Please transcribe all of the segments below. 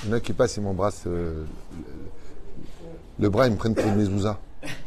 Il y en a qui passent, ils m'embrassent le bras, ils me prennent pour une mezouza.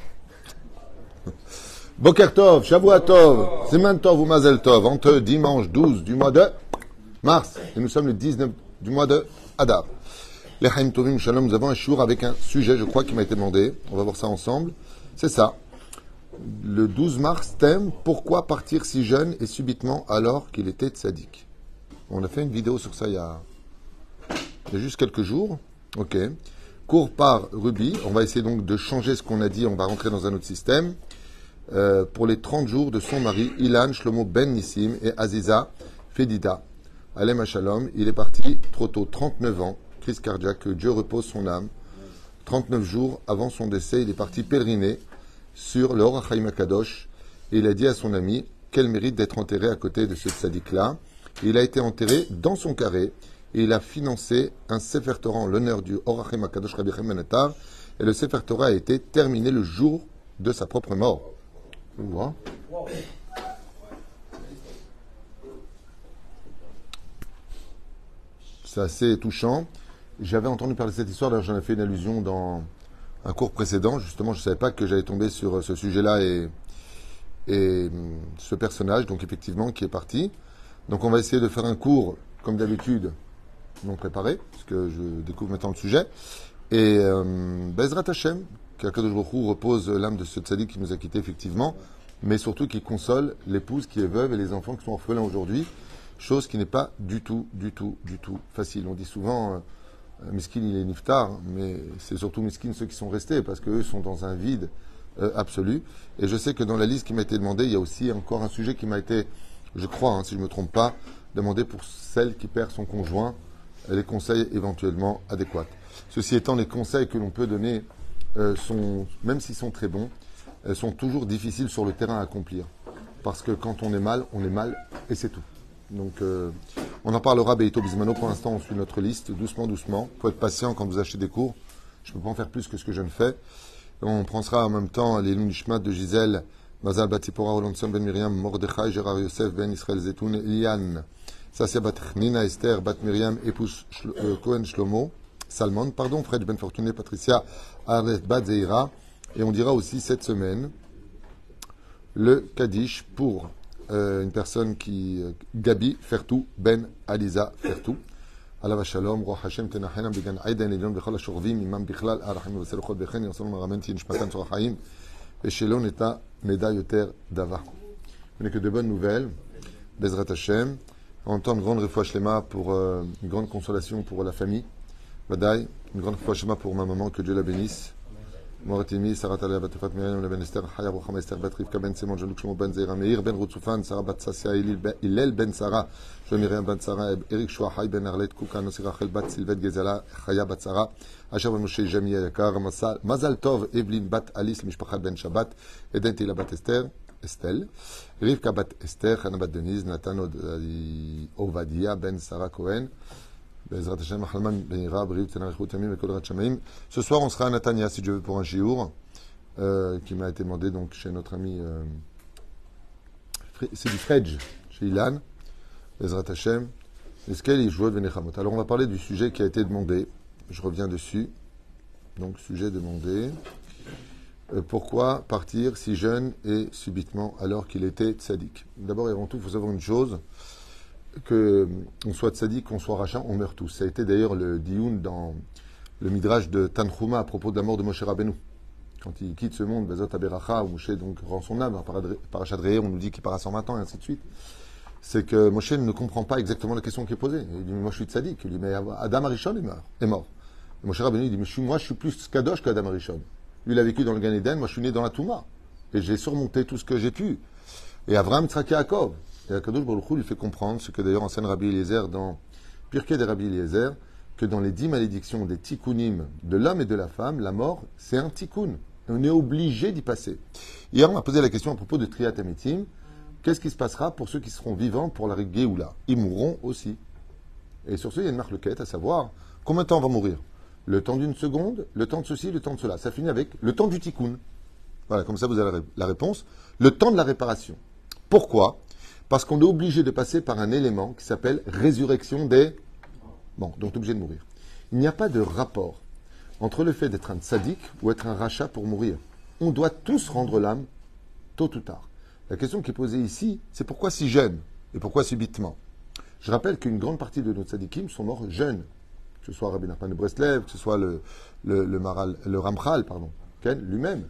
Boker Tov, Shavua Tov, Zeman Tov ou Mazel Tov, entre dimanche 12 du mois de mars, et nous sommes le 19 du mois de Adar. Les Chaim Tovim Shalom, nous avons un shiur avec un sujet, je crois, qui m'a été demandé. On va voir ça ensemble. C'est ça. Le 12 mars, thème, pourquoi partir si jeune et subitement alors qu'il était tzaddik. On a fait une vidéo sur ça il y a juste quelques jours. Ok. Cours par Ruby. On va essayer donc de changer ce qu'on a dit. On va rentrer dans un autre système. Pour les 30 jours de son mari, Ilan Shlomo Ben Nissim et Aziza Fedida. Alem Shalom. Il est parti trop tôt, 39 ans. Crise cardiaque, que Dieu repose son âme. 39 jours avant son décès, il est parti pèleriner sur le Or HaChaim Kadosh. Et il a dit à son ami quel mérite d'être enterré à côté de ce tzaddik-là. Il a été enterré dans son carré et il a financé un Sefer Torah en l'honneur du Or HaChaim Kadosh Rabbi Chaim Ben Attar. Et le Sefer Torah a été terminé le jour de sa propre mort. Wow. C'est assez touchant. J'avais entendu parler de cette histoire, d'ailleurs j'en ai fait une allusion dans un cours précédent. Justement, je ne savais pas que j'allais tomber sur ce sujet-là et ce personnage, donc effectivement, qui est parti. Donc on va essayer de faire un cours, comme d'habitude, non préparé, parce que je découvre maintenant le sujet. Et Bezrat Hashem, qu'Akadosh Baruch Hu repose l'âme de ce tzaddik qui nous a quittés effectivement, mais surtout qui console l'épouse qui est veuve et les enfants qui sont orphelins aujourd'hui, chose qui n'est pas du tout facile. On dit souvent... Miskin, il est niftar, mais c'est surtout Miskin ceux qui sont restés, parce qu'eux sont dans un vide absolu. Et je sais que dans la liste qui m'a été demandée, il y a aussi encore un sujet qui m'a été, je crois, si je ne me trompe pas, demandé pour celle qui perd son conjoint, les conseils éventuellement adéquats. Ceci étant, les conseils que l'on peut donner, même s'ils sont très bons, sont toujours difficiles sur le terrain à accomplir. Parce que quand on est mal, et c'est tout. Donc, on en parlera Beito Bismano. Pour l'instant, on suit notre liste, doucement. Il faut être patient quand vous achetez des cours. Je ne peux pas en faire plus que ce que je ne fais. On prendra en même temps les Nishmat de Gisèle, Mazal Batipora, Olanson Ben Miriam, Mordechai, Gérard Yosef, Ben Israël Zetoun, Eliane, Sassia Bat Nina, Esther, Bat Miriam, épouse Cohen Shlomo, Salmon, Fred Ben Fortuné, Patricia, Arlet Bat Zeira. Et on dira aussi cette semaine le Kaddish pour une personne qui, Gabi Fertou, Ben Aliza Fertou. Alav Shalom, Roi Hashem, Tenachenam, Began Aiden, Elion, Bechal Ashorvim, Imam Bichlal, Arachim, Veselochot, Bechen, Yansolom, Aramenti, Nishmatan, Sorachaim, Echelon, Eta, Neda, Yoter, Dava. Ce n'est que de bonnes nouvelles. Bezrat Hashem. On entend une grande refoua shlema pour une grande consolation pour la famille. Badaï, une grande refoua shlema pour ma maman, que Dieu la bénisse. Moratimi, Sarah Talia, Batefat Miriam, Ben Esther, Haya, Rocham, Esther, Batrivka, Ben Simon, Jean-Luc Shlomo, Ben Zeira, Meir, Ben Routsoufan, Sarah Bat Sassia, Hillel, Ben Sarah, Joël Miriam, Ben Sarah, Eric Chouahai, Ben Arlet, Kouka, Nossi Rachel, Bat Sylvette, Gezala, Chaya, Bat Sarah, Asher Ben Moshe, Jamia, Yakar, Mazal Tov, Evelyn, Bat Alice, Mishpachat, Ben Shabbat, Eden Tila, Bat Esther, Estelle, Rivka, Bat Esther, Hana, Bat Denise, Nathan, Ovadia, Ben Sarah Cohen. Ce soir, on sera à Natania, si Dieu veut, pour un shiur qui m'a été demandé donc chez notre ami. C'est du Fredj, chez Ilan, Bezrat Hashem. Alors, on va parler du sujet qui a été demandé. Je reviens dessus. Donc, sujet demandé. Pourquoi partir si jeune et subitement alors qu'il était tzaddik? D'abord et avant tout, il faut savoir une chose. Qu'on soit tzaddik, qu'on soit rachat, on meurt tous. Ça a été d'ailleurs le dioun dans le midrash de Tanchuma à propos de la mort de Moshe Rabbeinu. Quand il quitte ce monde, Bezot Aberacha, où Moshe donc rend son âme, Parashat Re'eh, on nous dit qu'il part à 120 ans, et ainsi de suite. C'est que Moshe ne comprend pas exactement la question qui est posée. Il dit, moi je suis tzaddik. Il dit, mais Adam Arishon est mort. Et Moshe Rabbeinu il dit, mais moi je suis plus kadosh qu'Adam Arishon. Lui il a vécu dans le Gan Eden, moi je suis né dans la Touma. Et j'ai surmonté tout ce que j'ai pu. Et Avraham, Tzrak et Yaakov. Et Akadosh Baruch Hu lui fait comprendre ce que d'ailleurs enseigne Rabbi Eliezer dans Pirkei de Rabbi Eliezer, que dans les 10 malédictions des tikkunim de l'homme et de la femme, la mort, c'est un tikkun. On est obligé d'y passer. Hier, on a posé la question à propos de Triyat Amitim. Qu'est-ce qui se passera pour ceux qui seront vivants pour la Géoula? Ils mourront aussi. Et sur ce, il y a une marque lequette, à savoir, combien de temps on va mourir? Le temps d'une seconde, le temps de ceci, le temps de cela. Ça finit avec le temps du tikkun. Voilà, comme ça vous avez la réponse. Le temps de la réparation. Pourquoi? Parce qu'on est obligé de passer par un élément qui s'appelle résurrection des... Bon, donc on est obligé de mourir. Il n'y a pas de rapport entre le fait d'être un tzaddik ou être un rachat pour mourir. On doit tous rendre l'âme, tôt ou tard. La question qui est posée ici, c'est pourquoi si jeune et pourquoi subitement. Je rappelle qu'une grande partie de nos tzaddikim sont morts jeunes, que ce soit Rabbi Nachman de Breslev, que ce soit le Ramchal, pardon, lui-même,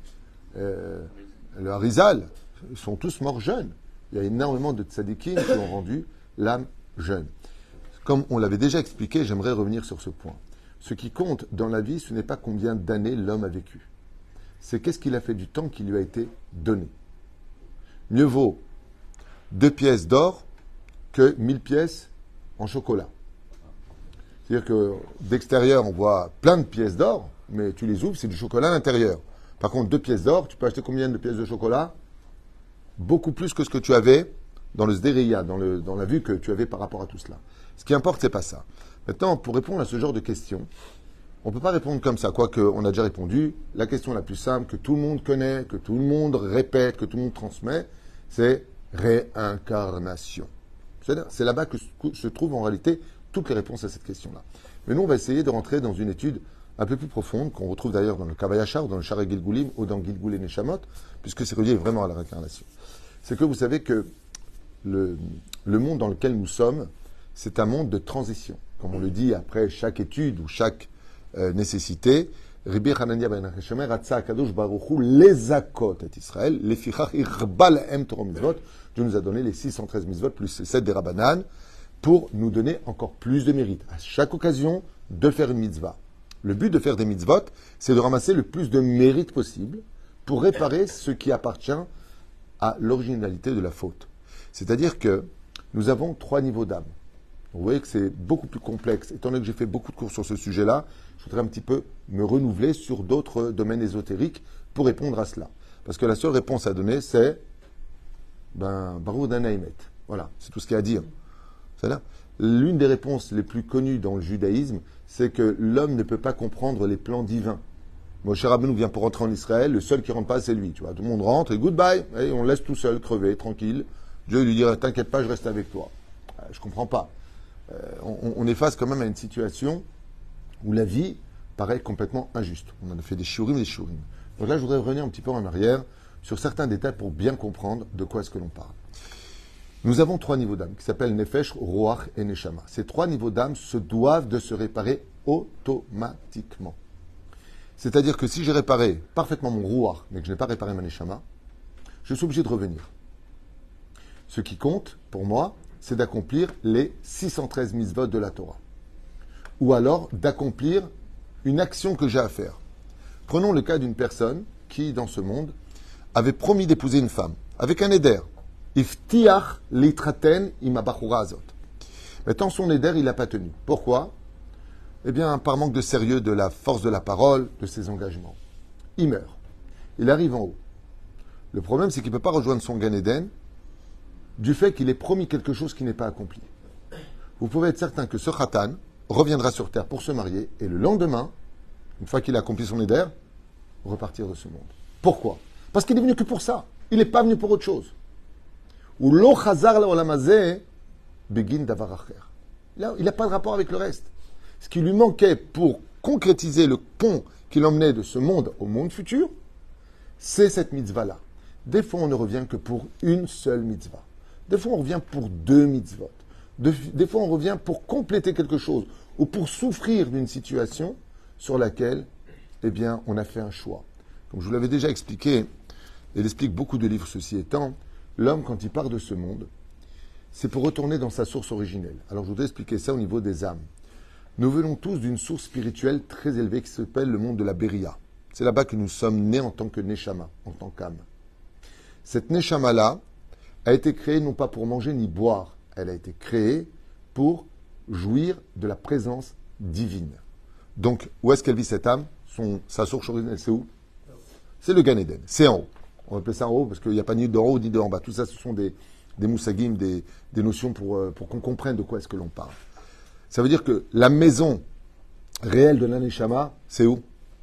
le Harizal, ils sont tous morts jeunes. Il y a énormément de tzaddikim qui ont rendu l'âme jeune. Comme on l'avait déjà expliqué, j'aimerais revenir sur ce point. Ce qui compte dans la vie, ce n'est pas combien d'années l'homme a vécu. C'est qu'est-ce qu'il a fait du temps qui lui a été donné. Mieux vaut 2 pièces d'or que 1000 pièces en chocolat. C'est-à-dire que d'extérieur, on voit plein de pièces d'or, mais tu les ouvres, c'est du chocolat à l'intérieur. Par contre, 2 pièces d'or, tu peux acheter combien de pièces de chocolat? Beaucoup plus que ce que tu avais dans le sdériya, dans la vue que tu avais par rapport à tout cela. Ce qui importe, c'est pas ça. Maintenant, pour répondre à ce genre de questions, on ne peut pas répondre comme ça, quoique on a déjà répondu. La question la plus simple, que tout le monde connaît, que tout le monde répète, que tout le monde transmet, c'est réincarnation. C'est là-bas que se trouvent en réalité toutes les réponses à cette question-là. Mais nous, on va essayer de rentrer dans une étude un peu plus profonde, qu'on retrouve d'ailleurs dans le Kavayachar, ou dans le Shaarei Gilgulim, ou dans Gilgul et Neshamot, puisque c'est relié vraiment à la réincarnation. C'est que vous savez que le monde dans lequel nous sommes, c'est un monde de transition. Comme on le dit après chaque étude ou chaque nécessité, Rabbi Hanania ben Akashemer, Ratsa Akadosh Baruch Hu, les Akot et Israël, les Fichach Irbal Em Torah Mitzvot, Dieu nous a donné les 613 mitzvot plus les 7 des Rabbanan pour nous donner encore plus de mérite. À chaque occasion de faire une mitzvah. Le but de faire des mitzvot, c'est de ramasser le plus de mérite possible pour réparer ce qui appartient à l'originalité de la faute. C'est-à-dire que nous avons 3 niveaux d'âme. Vous voyez que c'est beaucoup plus complexe. Étant donné que j'ai fait beaucoup de cours sur ce sujet-là, je voudrais un petit peu me renouveler sur d'autres domaines ésotériques pour répondre à cela. Parce que la seule réponse à donner, c'est Baruch Danaimet. Voilà, c'est tout ce qu'il y a à dire. C'est-à-dire, l'une des réponses les plus connues dans le judaïsme, c'est que l'homme ne peut pas comprendre les plans divins. Moshe Rabbeinu vient pour rentrer en Israël, le seul qui rentre pas, c'est lui. Tu vois, tout le monde rentre et goodbye, et on laisse tout seul crever, tranquille. Dieu lui dit, t'inquiète pas, je reste avec toi. Je comprends pas. On est face quand même à une situation où la vie paraît complètement injuste. On en a fait des shiurim et des shiurim. Donc là, je voudrais revenir un petit peu en arrière sur certains détails pour bien comprendre de quoi est-ce que l'on parle. Nous avons 3 niveaux d'âme qui s'appellent Nefesh, Ruach et Neshama. Ces 3 niveaux d'âme se doivent de se réparer automatiquement. C'est-à-dire que si j'ai réparé parfaitement mon Ruach, mais que je n'ai pas réparé ma Neshama, je suis obligé de revenir. Ce qui compte, pour moi, c'est d'accomplir les 613 mitzvot de la Torah. Ou alors d'accomplir une action que j'ai à faire. Prenons le cas d'une personne qui, dans ce monde, avait promis d'épouser une femme, avec un éder. Iftiach litraten imabachura azot. Maintenant, son éder, il n'a pas tenu. Pourquoi? Eh bien, par manque de sérieux de la force de la parole, de ses engagements. Il meurt. Il arrive en haut. Le problème, c'est qu'il ne peut pas rejoindre son Gan Eden du fait qu'il ait promis quelque chose qui n'est pas accompli. Vous pouvez être certain que ce Khatan reviendra sur terre pour se marier et le lendemain, une fois qu'il a accompli son éder, repartir de ce monde. Pourquoi? Parce qu'il est venu que pour ça. Il n'est pas venu pour autre chose. Ou lo chazar laolamazeh begin davar acher. Là, il n'a pas de rapport avec le reste. Ce qui lui manquait pour concrétiser le pont qui l'emmenait de ce monde au monde futur, c'est cette mitzvah-là. Des fois, on ne revient que pour une seule mitzvah. Des fois, on revient pour 2 mitzvot. Des fois, on revient pour compléter quelque chose ou pour souffrir d'une situation sur laquelle, eh bien, on a fait un choix. Comme je vous l'avais déjà expliqué, et il explique beaucoup de livres, ceci étant, l'homme, quand il part de ce monde, c'est pour retourner dans sa source originelle. Alors, je voudrais expliquer ça au niveau des âmes. Nous venons tous d'une source spirituelle très élevée qui s'appelle le monde de la Beria. C'est là-bas que nous sommes nés en tant que Neshama, en tant qu'âme. Cette Neshama-là a été créée non pas pour manger ni boire, elle a été créée pour jouir de la présence divine. Donc, où est-ce qu'elle vit cette âme? Sa source originelle, c'est où? C'est le Gan Eden, c'est en haut. On appelle ça en haut parce qu'il n'y a pas ni d'en haut ni d'en bas. Tout ça, ce sont des moussagim, des notions pour qu'on comprenne de quoi est-ce que l'on parle. Ça veut dire que la maison réelle de l'Aneshama, c'est où?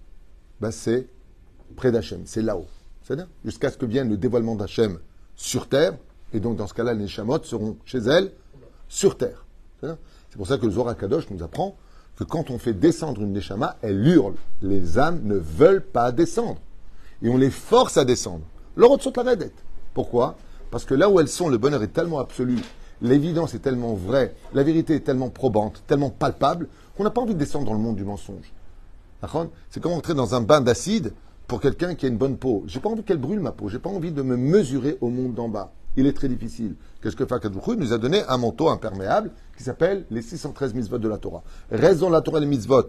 C'est près d'Hachem, c'est là-haut. C'est-à-dire jusqu'à ce que vienne le dévoilement d'Hachem sur terre, et donc dans ce cas-là, les Neshamot seront chez elle sur terre. C'est pour ça que le Zohar HaKadosh nous apprend que quand on fait descendre une neshama, elle hurle. Les âmes ne veulent pas descendre. Et on les force à descendre. L'autre saute la vedette. Pourquoi? Parce que là où elles sont, le bonheur est tellement absolu, l'évidence est tellement vraie, la vérité est tellement probante, tellement palpable, qu'on n'a pas envie de descendre dans le monde du mensonge. C'est comme entrer dans un bain d'acide pour quelqu'un qui a une bonne peau. J'ai pas envie qu'elle brûle ma peau, j'ai pas envie de me mesurer au monde d'en bas. Il est très difficile. Qu'est-ce que Fakad Boukhou? Il nous a donné un manteau imperméable qui s'appelle les 613 mitzvot de la Torah. Reste dans la Torah les mitzvot,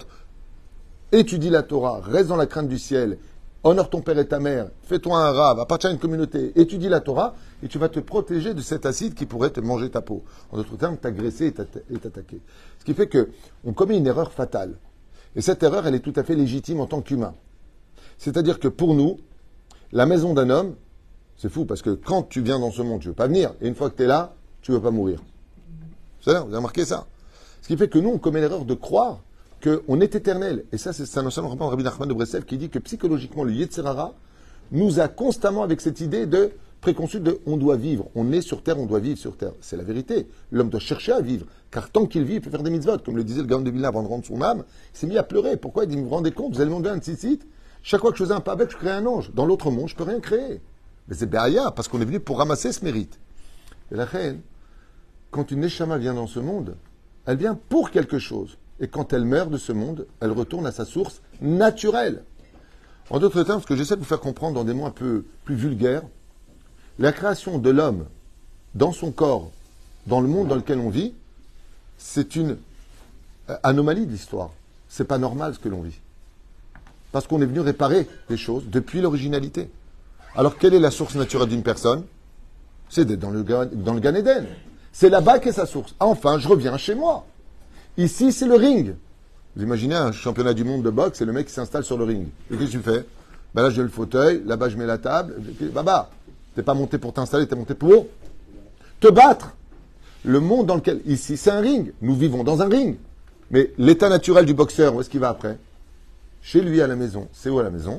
étudie la Torah, reste dans la crainte du ciel, honore ton père et ta mère, fais-toi un rave, appartiens à une communauté, étudie la Torah, et tu vas te protéger de cet acide qui pourrait te manger ta peau. En d'autres termes, t'agresser et t'attaquer. Ce qui fait qu'on commet une erreur fatale. Et cette erreur, elle est tout à fait légitime en tant qu'humain. C'est-à-dire que pour nous, la maison d'un homme, c'est fou, parce que quand tu viens dans ce monde, tu ne veux pas venir, et une fois que tu es là, tu ne veux pas mourir. C'est ça, vous avez remarqué ça? Ce qui fait que nous, on commet l'erreur de croire qu'on est éternel. Et ça, c'est un enseignement de Rabbi Nachman de Breslev qui dit que psychologiquement, le Yetzer Hara nous a constamment avec cette idée de préconçue de on doit vivre. On est sur terre, on doit vivre sur terre. C'est la vérité. L'homme doit chercher à vivre. Car tant qu'il vit, il peut faire des mitzvot. Comme le disait le Gaon de Vilna avant de rendre son âme, il s'est mis à pleurer. Pourquoi? Il dit, vous vous rendez compte, vous allez monter un tzitzit. Chaque fois que je faisais un pas avec, je créais un ange. Dans l'autre monde, je ne peux rien créer. Mais c'est Béaya, parce qu'on est venu pour ramasser ce mérite. Et la reine, quand une Neshama vient dans ce monde, elle vient pour quelque chose. Et quand elle meurt de ce monde, elle retourne à sa source naturelle. En d'autres termes, ce que j'essaie de vous faire comprendre dans des mots un peu plus vulgaires, la création de l'homme dans son corps, dans le monde dans lequel on vit, c'est une anomalie de l'histoire. C'est pas normal ce que l'on vit. Parce qu'on est venu réparer les choses depuis l'originalité. Alors, quelle est la source naturelle d'une personne? C'est d'être dans le Gan Eden. C'est là-bas qu'est sa source. Ah, enfin, je reviens chez moi. Ici, c'est le ring. Vous imaginez un championnat du monde de boxe et le mec qui s'installe sur le ring. Et qu'est-ce que tu fais? Ben là, j'ai le fauteuil, là-bas, je mets la table. Baba, t'es pas monté pour t'installer, t'es monté pour te battre. Le monde dans lequel, ici, c'est un ring. Nous vivons dans un ring. Mais l'état naturel du boxeur, où est-ce qu'il va après? Chez lui à la maison. C'est où à la maison?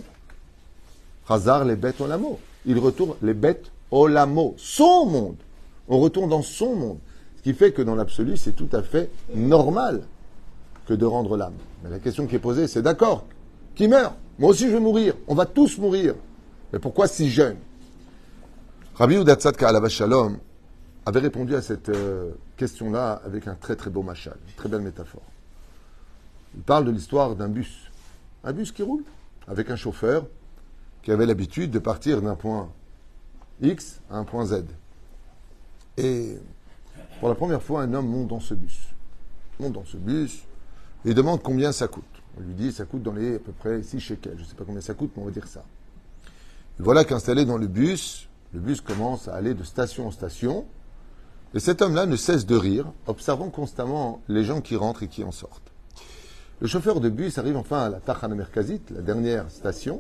Hazar les bêtes au lamo. Il retourne les bêtes au lamo. Son monde. On retourne dans son monde. Ce qui fait que dans l'absolu, c'est tout à fait normal que de rendre l'âme. Mais la question qui est posée, c'est d'accord. Qui meurt? Moi aussi je vais mourir. On va tous mourir. Mais pourquoi si jeune? Rabbi Yehuda Tzadka Alav Shalom avait répondu à cette question-là avec un très très beau machal, une très belle métaphore. Il parle de l'histoire d'un bus. Un bus qui roule avec un chauffeur qui avait l'habitude de partir d'un point X à un point Z. Et pour la première fois, un homme monte dans ce bus. Monte dans ce bus et demande combien ça coûte. On lui dit, ça coûte dans les à peu près 6 shekels. Je ne sais pas combien ça coûte, mais on va dire ça. Et voilà qu'installé dans le bus commence à aller de station en station. Et cet homme-là ne cesse de rire, observant constamment les gens qui rentrent et qui en sortent. Le chauffeur de bus arrive enfin à la Tachana Merkazit, la dernière station,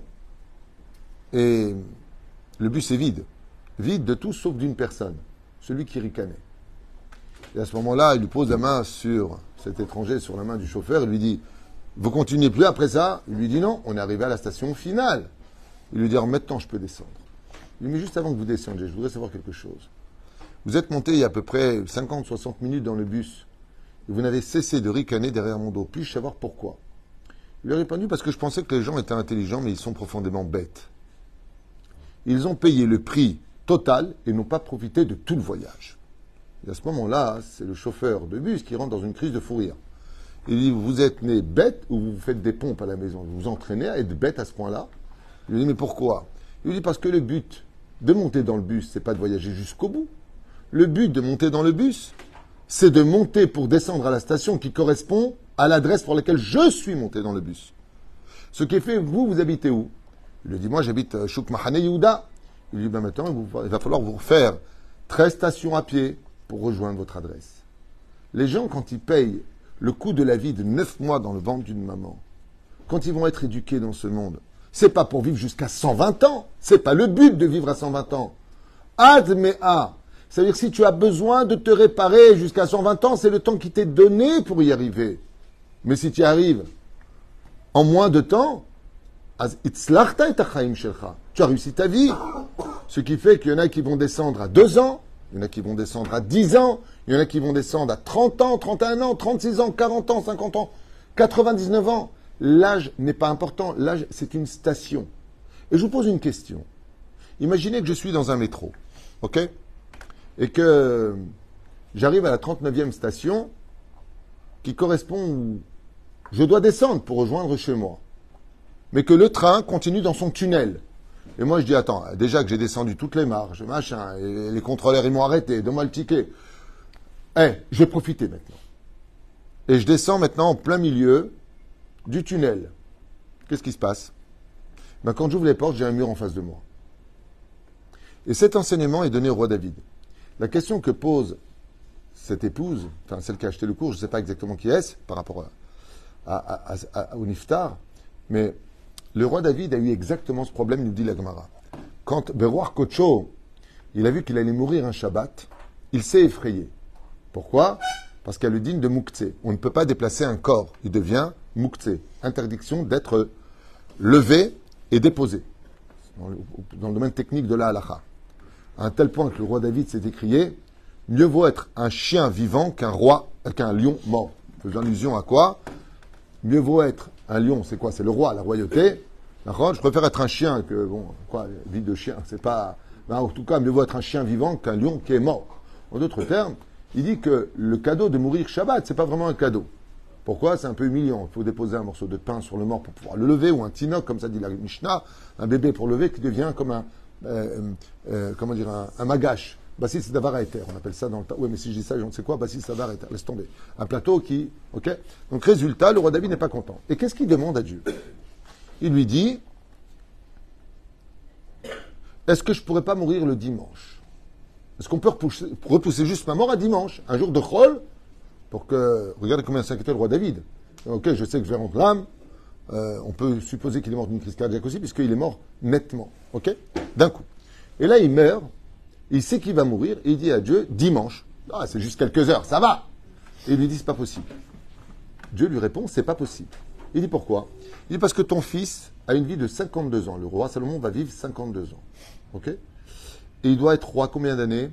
et le bus est vide. Vide de tout sauf d'une personne, celui qui ricanait. Et à ce moment-là, il lui pose la main sur cet étranger, sur la main du chauffeur, il lui dit « Vous continuez plus après ça ?» Il lui dit « Non, on est arrivé à la station finale. » Il lui dit « Alors maintenant, je peux descendre. » Il lui dit « Mais juste avant que vous descendiez, je voudrais savoir quelque chose. Vous êtes monté il y a à peu près 50-60 minutes dans le bus, et vous n'avez cessé de ricaner derrière mon dos. Puis-je savoir pourquoi ?» Il lui a répondu « Parce que je pensais que les gens étaient intelligents, mais ils sont profondément bêtes. Ils ont payé le prix total et n'ont pas profité de tout le voyage. » Et à ce moment-là, c'est le chauffeur de bus qui rentre dans une crise de fou rire. Il dit, vous êtes né bête ou vous faites des pompes à la maison? Vous vous entraînez à être bête à ce point-là? Il lui dit, mais pourquoi? Il lui dit, parce que le but de monter dans le bus, c'est pas de voyager jusqu'au bout. Le but de monter dans le bus, c'est de monter pour descendre à la station qui correspond à l'adresse pour laquelle je suis monté dans le bus. Ce qui est fait, vous habitez où? Il lui dit, moi j'habite Chouk Mahane Yehuda. Il lui dit, ben maintenant, il va falloir vous refaire 13 stations à pied pour rejoindre votre adresse. Les gens, quand ils payent le coût de la vie de 9 mois dans le ventre d'une maman, quand ils vont être éduqués dans ce monde, c'est pas pour vivre jusqu'à 120 ans. C'est pas le but de vivre à 120 ans. Admea. C'est-à-dire que si tu as besoin de te réparer jusqu'à 120 ans, c'est le temps qui t'est donné pour y arriver. Mais si tu y arrives en moins de temps, tu as réussi ta vie. Ce qui fait qu'il y en a qui vont descendre à 2 ans, il y en a qui vont descendre à 10 ans, il y en a qui vont descendre à 30 ans, 31 ans, 36 ans, 40 ans, 50 ans. 99 ans. L'âge n'est pas important. L'âge, c'est une station. Et je vous pose une question. Imaginez que je suis dans un métro, ok? Et que j'arrive à la 39e station qui correspond où je dois descendre pour rejoindre chez moi. Mais que le train continue dans son tunnel. Et moi, je dis, attends, déjà que j'ai descendu toutes les marges, machin, et les contrôleurs, ils m'ont arrêté, donne-moi le ticket. Je vais profiter maintenant. Et je descends maintenant en plein milieu du tunnel. Qu'est-ce qui se passe? Quand j'ouvre les portes, j'ai un mur en face de moi. Et cet enseignement est donné au roi David. La question que pose cette épouse, enfin celle qui a acheté le cours, je ne sais pas exactement qui est-ce, par rapport au Niftar, mais le roi David a eu exactement ce problème, nous dit la Gemara. Quand Beroar Kocho, il a vu qu'il allait mourir un Shabbat, il s'est effrayé. Pourquoi? Parce qu'il y a le digne de Moukhtse. On ne peut pas déplacer un corps. Il devient Moukhtse. Interdiction d'être levé et déposé. Dans le domaine technique de la halakha. À un tel point que le roi David s'est écrié, mieux vaut être un chien vivant qu'un lion mort. Faisant allusion à quoi? Mieux vaut être un lion, c'est quoi? C'est le roi, la royauté. Je préfère être un chien que, vie de chien, c'est pas... en tout cas, mieux vaut être un chien vivant qu'un lion qui est mort. En d'autres termes, il dit que le cadeau de mourir Shabbat, c'est pas vraiment un cadeau. Pourquoi? C'est un peu humiliant. Il faut déposer un morceau de pain sur le mort pour pouvoir le lever, ou un tinok, comme ça dit la Mishnah, un bébé pour lever qui devient comme un magache. Bassis davar éther, on appelle ça dans le temps. Oui, mais si je dis ça, je ne sais quoi, bassis davar éther, laisse tomber. Un plateau qui, ok? Donc, résultat, le roi David n'est pas content. Et qu'est-ce qu'il demande à Dieu? Il lui dit, est-ce que je ne pourrais pas mourir le dimanche? Est-ce qu'on peut repousser juste ma mort à dimanche? Un jour de chol? Pour que, regardez combien s'inquiétait le roi David. Ok, je sais que je vais rendre l'âme. On peut supposer qu'il est mort d'une crise cardiaque aussi, puisqu'il est mort nettement. Ok? D'un coup. Et là, il meurt. Il sait qu'il va mourir. Et il dit à Dieu, dimanche. Ah, c'est juste quelques heures, ça va. Et il lui dit, c'est pas possible. Dieu lui répond, c'est pas possible. Il dit pourquoi? Il dit parce que ton fils a une vie de 52 ans. Le roi Salomon va vivre 52 ans. Ok? Et il doit être roi combien d'années?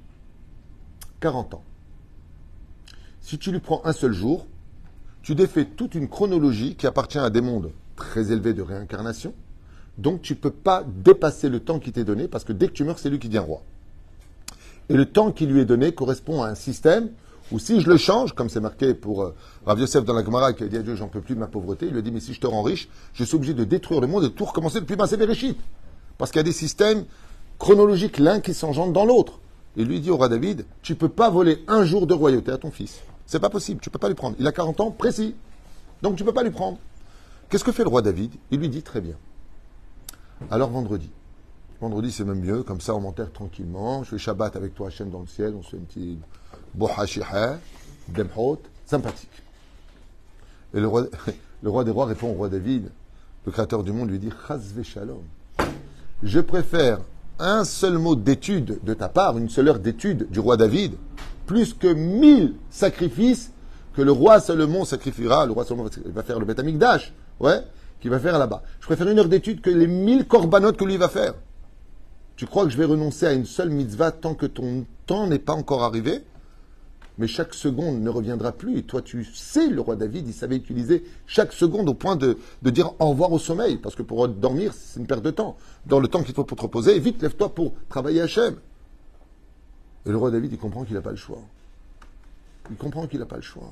40 ans. Si tu lui prends un seul jour, tu défais toute une chronologie qui appartient à des mondes très élevés de réincarnation. Donc tu ne peux pas dépasser le temps qui t'est donné parce que dès que tu meurs, c'est lui qui devient roi. Et le temps qui lui est donné correspond à un système où si je le change, comme c'est marqué pour Rav Yosef dans la Gemara qui a dit à Dieu, j'en peux plus de ma pauvreté, il lui a dit, mais si je te rends riche, je suis obligé de détruire le monde et de tout recommencer depuis Maaseh Bereshit. Parce qu'il y a des systèmes chronologiques l'un qui s'engendre dans l'autre. Et lui dit au roi David, tu ne peux pas voler un jour de royauté à ton fils. C'est pas possible, tu ne peux pas lui prendre. Il a 40 ans précis. Donc tu ne peux pas lui prendre. Qu'est-ce que fait le roi David? Il lui dit, très bien. Alors vendredi. Vendredi, c'est même mieux, comme ça on m'enterre tranquillement. Je fais Shabbat avec toi, Hachem, dans le ciel. On se fait une petite bohashiha, demhot, sympathique. Et le roi des rois répond au roi David, le créateur du monde, lui dit, Chazve Shalom. Je préfère un seul mot d'étude de ta part, une seule heure d'étude du roi David, plus que 1000 sacrifices que le roi Salomon sacrifiera. Le roi Salomon va faire le Beth Amikdash, qu'il va faire là-bas. Je préfère une heure d'étude que les 1000 korbanot que lui va faire. Tu crois que je vais renoncer à une seule mitzvah tant que ton temps n'est pas encore arrivé? Mais chaque seconde ne reviendra plus. Et toi, tu sais, le roi David, il savait utiliser chaque seconde au point de dire au revoir au sommeil. Parce que pour dormir, c'est une perte de temps. Dans le temps qu'il faut pour te reposer, vite, lève-toi pour travailler à Hachem. Et le roi David, il comprend qu'il n'a pas le choix. Il comprend qu'il n'a pas le choix.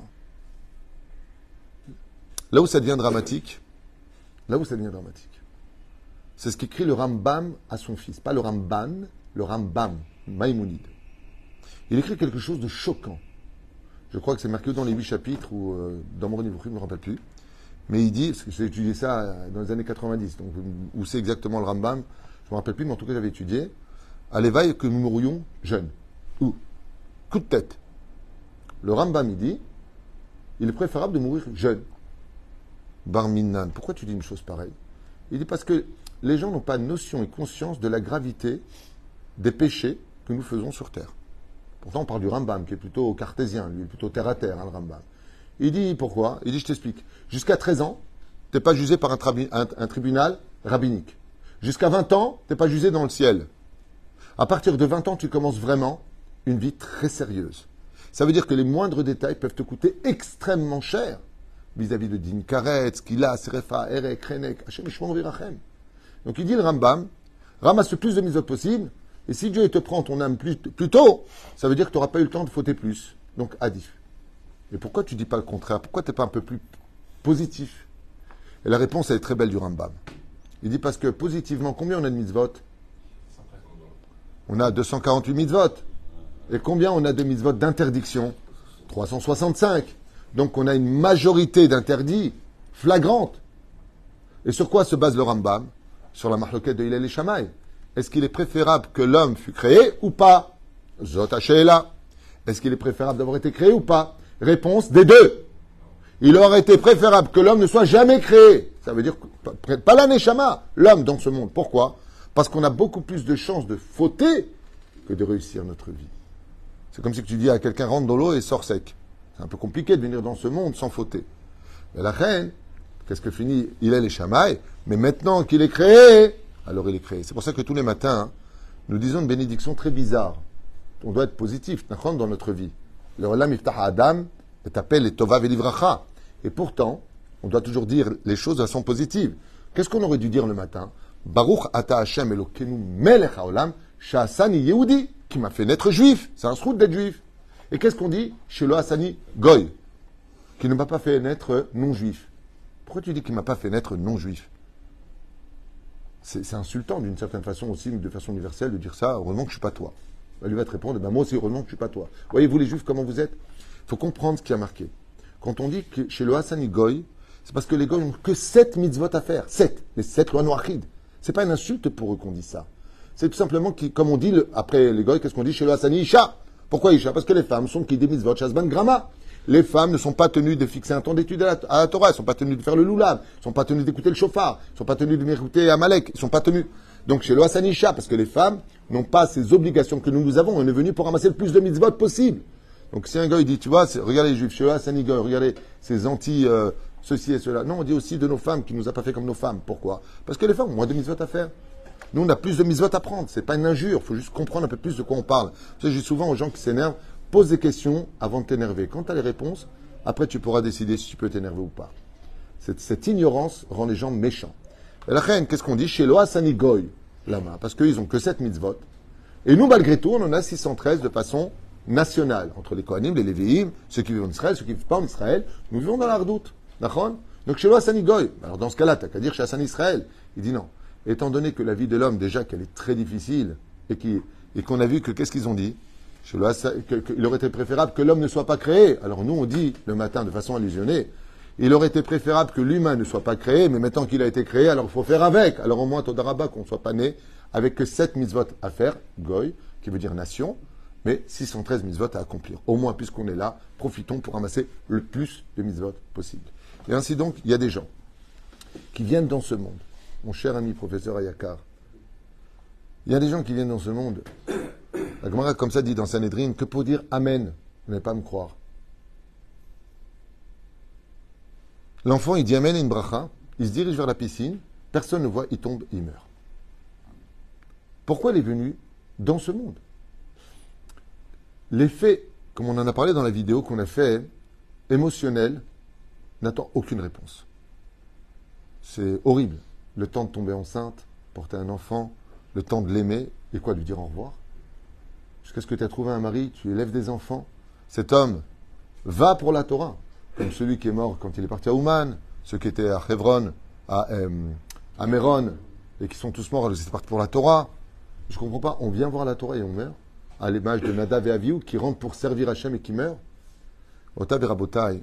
Là où ça devient dramatique, c'est ce qu'écrit le Rambam à son fils. Pas le Ramban, le Rambam, Maïmonide. Il écrit quelque chose de choquant. Je crois que c'est marqué dans les 8 chapitres ou dans mon livre, je ne me rappelle plus. Mais il dit, parce que j'ai étudié ça dans les années 90, donc où c'est exactement le Rambam, je ne me rappelle plus, mais en tout cas j'avais étudié. À l'éveil que nous mourions jeunes. Ou coup de tête. Le Rambam, il dit, il est préférable de mourir jeune. Barminan, pourquoi tu dis une chose pareille? Il dit parce que les gens n'ont pas notion et conscience de la gravité des péchés que nous faisons sur terre. Pourtant, on parle du Rambam, qui est plutôt cartésien, lui, plutôt terre à terre, le Rambam. Il dit pourquoi? Il dit, je t'explique. Jusqu'à 13 ans, tu n'es pas jugé par un tribunal rabbinique. Jusqu'à 20 ans, tu n'es pas jugé dans le ciel. À partir de 20 ans, tu commences vraiment une vie très sérieuse. Ça veut dire que les moindres détails peuvent te coûter extrêmement cher. vis-à-vis de Din Karetz, Kila, Serefa, Erek, Renek, Hashem Ishmor Virachem. Donc il dit le Rambam, ramasse le plus de mitzvot possible, et si Dieu te prend ton âme plus tôt, ça veut dire que tu n'auras pas eu le temps de fauter plus. Donc adif. Et pourquoi tu dis pas le contraire? Pourquoi tu n'es pas un peu plus positif? Et la réponse, elle est très belle du Rambam. Il dit parce que positivement, combien on a de mitzvot? On a 248 mitzvot. Et combien on a de mitzvot d'interdiction? 365. Donc on a une majorité d'interdits flagrantes. Et sur quoi se base le Rambam? Sur la mahloket de Hillel et Shammai. Est-ce qu'il est préférable que l'homme fût créé ou pas? Zot HaShe'ela. Est-ce qu'il est préférable d'avoir été créé ou pas? Réponse des deux. Il aurait été préférable que l'homme ne soit jamais créé. Ça veut dire pas la Neshama, l'homme dans ce monde. Pourquoi? Parce qu'on a beaucoup plus de chances de fauter que de réussir notre vie. C'est comme si tu dis à quelqu'un rentre dans l'eau et sort sec. C'est un peu compliqué de venir dans ce monde sans fauter. Mais la reine, qu'est-ce que finit Hillel et Shammai? Mais maintenant qu'il est créé, alors il est créé. C'est pour ça que tous les matins, nous disons une bénédiction très bizarre. On doit être positif dans notre vie. Le Olam Iftach Adam est appelé les Tova Velivracha. Et pourtant, on doit toujours dire les choses de façon positive. Qu'est-ce qu'on aurait dû dire le matin? Baruch ata Hashem Elokeinu melech haolam sha'asani Yehudi, qui m'a fait naître juif. C'est un srout d'être juif. Et qu'est-ce qu'on dit? Shelo asani goy, qui ne m'a pas fait naître non-juif. Pourquoi tu dis qu'il ne m'a pas fait naître non-juif? C'est insultant d'une certaine façon aussi, de façon universelle, de dire ça. Heureusement que je ne suis pas toi. Lui va te répondre, moi aussi, heureusement que je ne suis pas toi. Voyez-vous les juifs, comment vous êtes? Il faut comprendre ce qui a marqué. Quand on dit que chez le Hassani Goy, c'est parce que les Goy n'ont que 7 mitzvot à faire. 7. Les 7 lois noachides. Ce n'est pas une insulte pour eux qu'on dit ça. C'est tout simplement, comme on dit, après les Goy, qu'est-ce qu'on dit chez le Hassani Isha? Pourquoi Isha? Parce que les femmes sont qui des mitzvot Shazban Grama. Les femmes ne sont pas tenues de fixer un temps d'étude à la Torah. Elles ne sont pas tenues de faire le loulav. Elles ne sont pas tenues d'écouter le shofar. Elles ne sont pas tenues de m'écouter Amalek. Elles ne sont pas tenues. Donc chez le Hassani Isha, parce que les femmes n'ont pas ces obligations que nous avons. On est venu pour ramasser le plus de mitzvot possible. Donc si un gars il dit, tu vois, regardez les juifs, chez le Hassani Goy, regardez ces ceci et cela. Non, on dit aussi de nos femmes qui ne nous a pas fait comme nos femmes. Pourquoi? Parce que les femmes ont moins de mitzvot à faire. Nous, on a plus de mitzvot à prendre. C'est pas une injure. Il faut juste comprendre un peu plus de quoi on parle. Je dis souvent aux gens qui s'énervent, pose des questions avant de t'énerver. Quand tu as les réponses, après tu pourras décider si tu peux t'énerver ou pas. Cette ignorance rend les gens méchants. Et la reine, qu'est-ce qu'on dit? Chez le Hassani Goy, là-bas, parce qu'ils n'ont que 7 mitzvot. Et nous, malgré tout, on en a 613 de façon nationale. Entre les Kohanim, les Lévi'im, ceux qui vivent en Israël, ceux qui ne vivent pas en Israël, nous vivons dans l'Ardoute. D'accord? Donc chez le Hassani Goy, alors dans ce cas-là, tu n'as qu'à dire chez Hassani Israël. Il dit non. Étant donné que la vie de l'homme, déjà, qu'elle est très difficile, et qu'on a vu que, qu'est-ce qu'ils ont dit? Il aurait été préférable que l'homme ne soit pas créé. Alors nous, on dit le matin de façon allusionnée, il aurait été préférable que l'humain ne soit pas créé, mais maintenant qu'il a été créé, alors il faut faire avec. Alors au moins, Todarabah, qu'on ne soit pas né avec que 7 mitzvot à faire, Goy, qui veut dire nation, mais 613 mitzvot à accomplir. Au moins, puisqu'on est là, profitons pour ramasser le plus de mitzvot possible. Et ainsi donc, il y a des gens qui viennent dans ce monde. Mon cher ami professeur Ayakar, il y a des gens qui viennent dans ce monde. La Gemara, comme ça, dit dans Sanhedrin, que pour dire Amen, vous n'allez pas me croire. L'enfant, il dit Amen et une bracha, il se dirige vers la piscine, personne ne voit, il tombe, il meurt. Pourquoi il est venu dans ce monde? L'effet, comme on en a parlé dans la vidéo qu'on a fait, émotionnel, n'attend aucune réponse. C'est horrible. Le temps de tomber enceinte, porter un enfant, le temps de l'aimer, et quoi, lui dire au revoir? Jusqu'à ce que tu aies trouvé un mari, tu élèves des enfants. Cet homme va pour la Torah, comme celui qui est mort quand il est parti à Ouman, ceux qui étaient à Hebron, à Méron, et qui sont tous morts, ils étaient partis pour la Torah. Je ne comprends pas, on vient voir la Torah et on meurt, à l'image de Nadav et Avihu, qui rentrent pour servir Hachem et qui meurent. Otav et Rabotai,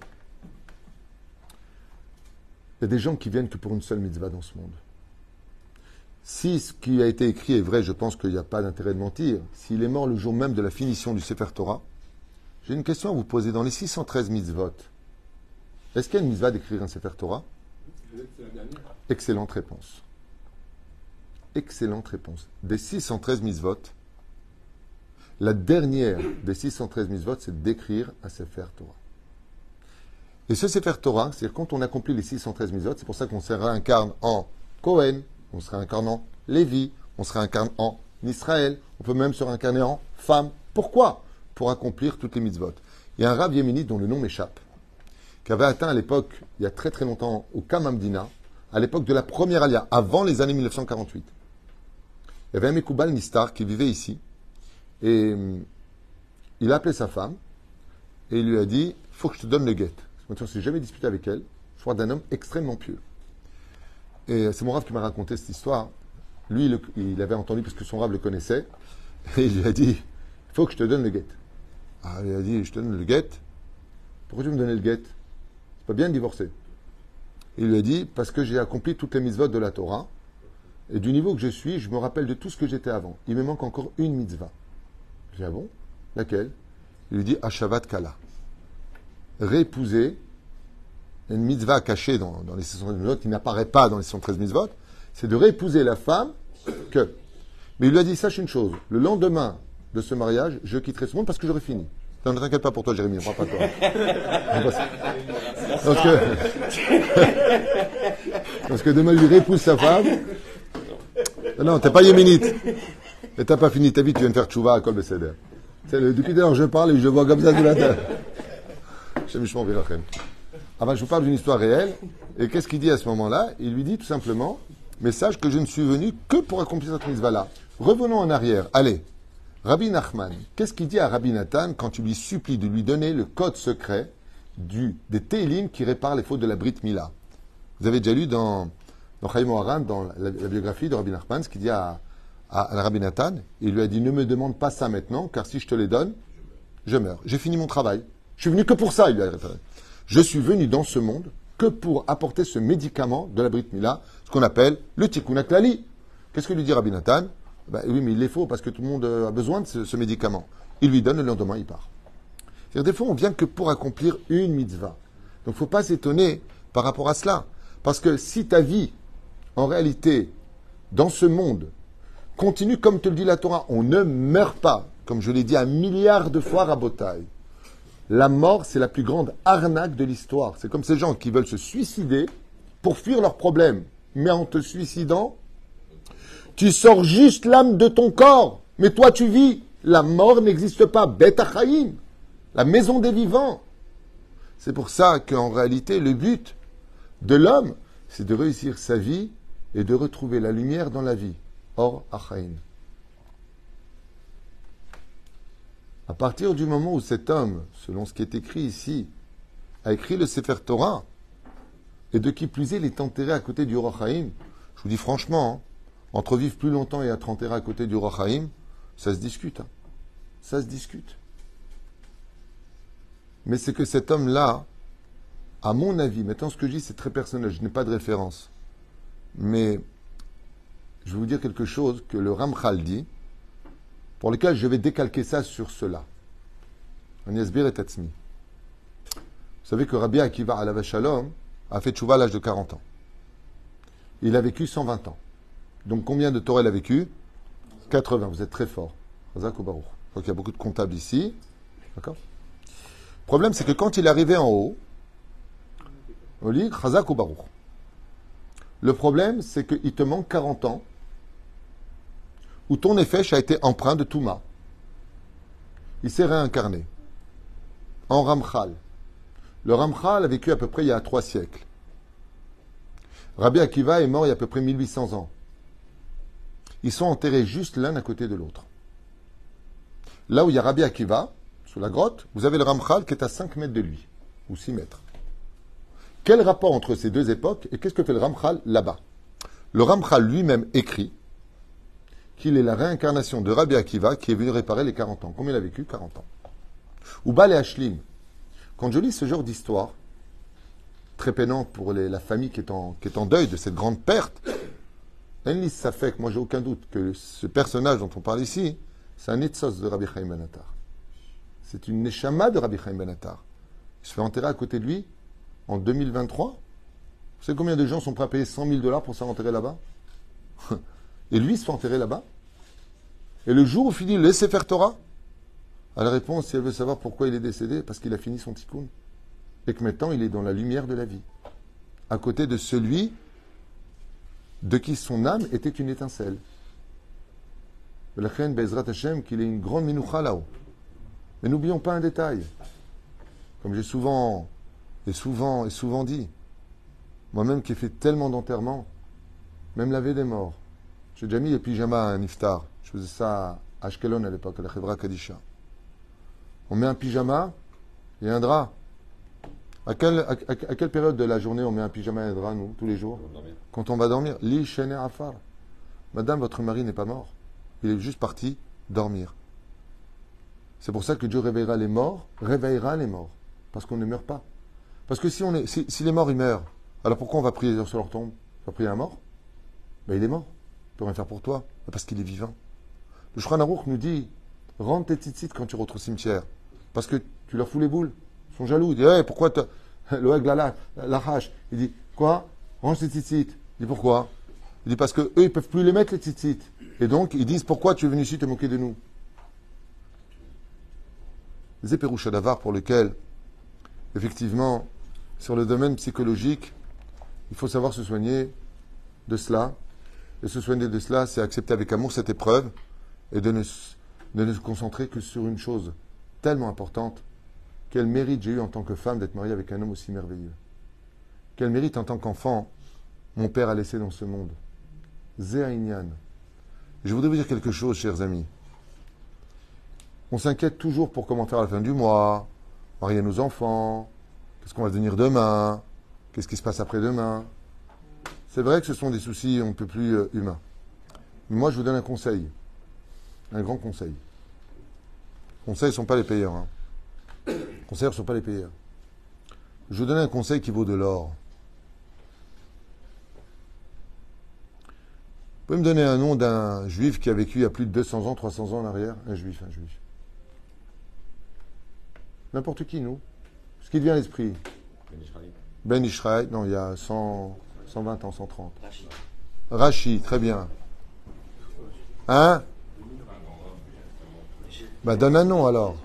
il y a des gens qui viennent que pour une seule mitzvah dans ce monde. Si ce qui a été écrit est vrai, je pense qu'il n'y a pas d'intérêt de mentir. S'il est mort le jour même de la finition du Sefer Torah, j'ai une question à vous poser. Dans les 613 mitzvot, est-ce qu'il y a une mitzvah d'écrire un Sefer Torah? Excellente réponse. Excellente réponse. Des 613 mitzvot, la dernière des 613 mitzvot, c'est d'écrire un Sefer Torah. Et ce Sefer Torah, c'est-à-dire quand on accomplit les 613 mitzvot, c'est pour ça qu'on se réincarne en Cohen, on se réincarne en Lévi, on se réincarne en Israël, on peut même se réincarner en femme. Pourquoi? Pour accomplir toutes les mitzvot. Il y a un Rav yéménite dont le nom m'échappe. qui avait atteint à l'époque, il y a très très longtemps, au Kamamdina, à l'époque de la première alia, avant les années 1948. Il y avait un Mekoubal Nistar qui vivait ici, et il a appelé sa femme, et il lui a dit, il faut que je te donne le guet. On ne s'est jamais disputé avec elle, je crois d'un homme extrêmement pieux. Et c'est mon rave qui m'a raconté cette histoire. Lui, il avait entendu parce que son rave le connaissait, et il lui a dit, il faut que je te donne le guet. Ah, il a dit, je te donne le guet. Pourquoi tu me donner le guet? C'est pas bien de divorcer. Il lui a dit, parce que j'ai accompli toutes les mitzvot de la Torah, et du niveau que je suis, je me rappelle de tout ce que j'étais avant. Il me manque encore une mitzvah. J'ai dit, ah bon? Laquelle? Il lui dit, Ashavat Kala. Réépouser, une mitzvah cachée dans les 613 mitzvot, qui n'apparaît pas dans les 613 mitzvot, c'est de réépouser la femme que. Mais il lui a dit, sache une chose, le lendemain de ce mariage, je quitterai ce monde parce que j'aurai fini. Non, ne t'inquiète pas pour toi, Jérémy, on ne parle pas de toi. Parce que demain, lui réépouse sa femme. Non, t'es pas yéménite. Et t'as pas fini ta vie, tu viens de faire tchouva à Kol Beseder. Depuis tout à l'heure, je parle et je vois comme ça de la terre. Je vous parle d'une histoire réelle. Et qu'est-ce qu'il dit à ce moment-là? Il lui dit tout simplement, mais sache que je ne suis venu que pour accomplir cette mitzvah-là. Revenons en arrière. Allez. Rabbi Nachman, qu'est-ce qu'il dit à Rabbi Nathan quand tu lui supplies de lui donner le code secret des Télim qui réparent les fautes de la Brit Mila? Vous avez déjà lu dans Chaim Oharan, dans la biographie de Rabbi Nachman, ce qu'il dit à Rabbi Nathan. Il lui a dit, ne me demande pas ça maintenant, car si je te les donne, je meurs. J'ai fini mon travail. Je suis venu que pour ça, il lui a répondu. Je suis venu dans ce monde que pour apporter ce médicament de la Brit Mila, ce qu'on appelle le Tikkun HaKlali. Qu'est-ce que lui dit Rabbi Nathan? Oui, mais il est faux parce que tout le monde a besoin de ce médicament. Il lui donne, le lendemain, il part. C'est-à-dire, des fois, on vient que pour accomplir une mitzvah. Donc, il ne faut pas s'étonner par rapport à cela. Parce que si ta vie, en réalité, dans ce monde, continue comme te le dit la Torah, on ne meurt pas, comme je l'ai dit un milliard de fois à Botaï. La mort, c'est la plus grande arnaque de l'histoire. C'est comme ces gens qui veulent se suicider pour fuir leurs problèmes. Mais en te suicidant, tu sors juste l'âme de ton corps, mais toi tu vis. La mort n'existe pas. Bet Achaïm, la maison des vivants. C'est pour ça qu'en réalité, le but de l'homme, c'est de réussir sa vie et de retrouver la lumière dans la vie. Or Achaïm. À partir du moment où cet homme, selon ce qui est écrit ici, a écrit le Sefer Torah, et de qui plus est, il est enterré à côté du Or Haïm, je vous dis franchement, entre vivre plus longtemps et être enterré à côté du Or Haïm, ça se discute. Ça se discute. Mais c'est que cet homme-là, à mon avis, maintenant ce que je dis c'est très personnel, je n'ai pas de référence, mais je vais vous dire quelque chose que le Ramchal dit, pour lequel je vais décalquer ça sur cela. Agnasbir et Tatsmi. Vous savez que Rabbi Akiva alav Shalom a fait tchouva à l'âge de 40 ans. Il a vécu 120 ans. Donc combien de Torah il a vécu? 80. Vous êtes très fort. Chazak ou Baruch. Je crois qu'il y a beaucoup de comptables ici. D'accord? Le problème, c'est que quand il est arrivé en haut, on lit Chazak ou Baruch. Le problème, c'est qu'il te manque 40 ans où ton Nefesh a été empreint de Touma. Il s'est réincarné en Ramchal. Le Ramchal a vécu à peu près il y a 3 siècles. Rabbi Akiva est mort il y a à peu près 1800 ans. Ils sont enterrés juste l'un à côté de l'autre. Là où il y a Rabbi Akiva, sous la grotte, vous avez le Ramchal qui est à 5 mètres de lui, ou 6 mètres. Quel rapport entre ces deux époques et qu'est-ce que fait le Ramchal là-bas? Le Ramchal lui-même écrit qu'il est la réincarnation de Rabbi Akiva qui est venu réparer les 40 ans. Combien il a vécu? 40 ans. Ou Bal et Ashlim. Quand je lis ce genre d'histoire, très peinant pour la famille qui est en deuil de cette grande perte, ça fait que moi j'ai aucun doute que ce personnage dont on parle ici, c'est un Netzos de Rabbi Chaim Ben Attar. C'est une Neshama de Rabbi Chaim Ben Attar. Il se fait enterrer à côté de lui en 2023. Vous savez combien de gens sont prêts à payer $100,000 pour se faire enterrer là-bas? Et lui, il se fait enterrer là-bas. Et le jour où finit le Sefer Torah, à la réponse, si elle veut savoir pourquoi il est décédé, parce qu'il a fini son tikkun. Et que maintenant, il est dans la lumière de la vie. À côté de celui de qui son âme était une étincelle. La reine Bezrat Hashem, qu'il ait une grande minoucha là-haut. Mais n'oublions pas un détail. Comme j'ai souvent est souvent dit. Moi-même qui ai fait tellement d'enterrements, même laver des morts. J'ai déjà mis les pyjamas à un iftar. Je faisais ça à Ashkelon à l'époque, à la Chevra Kadisha. On met un pyjama et un drap. À quelle période de la journée on met un pyjama et un drap, nous, tous les jours? Quand on va dormir. Li shene afar. Madame, votre mari n'est pas mort. Il est juste parti dormir. C'est pour ça que Dieu réveillera les morts, parce qu'on ne meurt pas. Parce que si les morts, ils meurent, alors pourquoi on va prier sur leur tombe? On va prier un mort? Ben, il est mort. Il ne peut rien faire pour toi. Parce qu'il est vivant. Le Shulchan Aruch nous dit, rentre tes tzitzit quand tu rentres au cimetière. Parce que tu leur fous les boules. Ils sont jaloux. Ils disent, hey, pourquoi le Hag la hache. Il dit, quoi? Range tes tzitzit. Il dit, pourquoi? Il dit, parce que eux, ils ne peuvent plus les mettre, les tzitzit. Et donc, ils disent, pourquoi tu es venu ici te moquer de nous? Les éperouches d'Avar pour lequel, effectivement, sur le domaine psychologique, il faut savoir se soigner de cela. Et se soigner de cela, c'est accepter avec amour cette épreuve et de ne se concentrer que sur une chose tellement importante. Quel mérite j'ai eu en tant que femme d'être mariée avec un homme aussi merveilleux. Quel mérite en tant qu'enfant mon père a laissé dans ce monde. Zéaïnian. Je voudrais vous dire quelque chose, chers amis. On s'inquiète toujours pour comment faire à la fin du mois, marier nos enfants, qu'est-ce qu'on va devenir demain, qu'est-ce qui se passe après-demain. C'est vrai que ce sont des soucis un peu plus humains. Mais moi, je vous donne un conseil, un grand conseil. Conseils ne sont pas les payeurs. Hein. Conseils ne sont pas les payeurs. Je vous donne un conseil qui vaut de l'or. Vous pouvez me donner un nom d'un juif qui a vécu il y a plus de 200 ans, 300 ans en arrière? Un juif. N'importe qui, nous. Ce qui te vient à l'esprit. Ben Ishraï, non, il y a 120 ans, 130. Rashi, très bien. Hein? Ben donne un nom alors.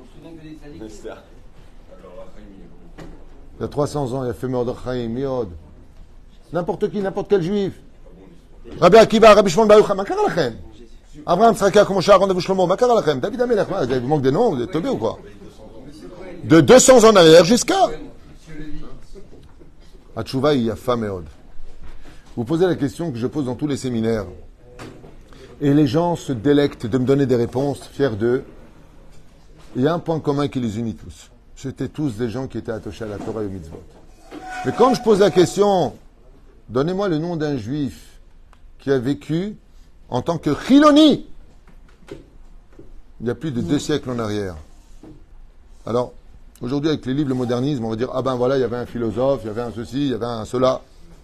Il y a 300 ans, il a fait Mordechai, Miod. N'importe qui, n'importe quel juif. Rabbi Akiva, Rabbi Shimon Bar Yochai, ma kara lachem. Abraham Tzraka, comme Moshe Aaron, Shlomo, ma kara lachem. David Amelech, il vous manque des noms, vous êtes tombés ou quoi? De 200 ans en arrière jusqu'à. Atchouva, il y a Fameod. Vous posez la question que je pose dans tous les séminaires. Et les gens se délectent de me donner des réponses, fiers d'eux. Il y a un point commun qui les unit tous. C'était tous des gens qui étaient attachés à la Torah et au mitzvot. Mais quand je pose la question, donnez-moi le nom d'un juif qui a vécu en tant que Chiloni il y a plus de 2 siècles en arrière. Alors, aujourd'hui, avec les livres, le modernisme, on va dire, ah ben voilà, il y avait un philosophe, il y avait un ceci, il y avait un cela.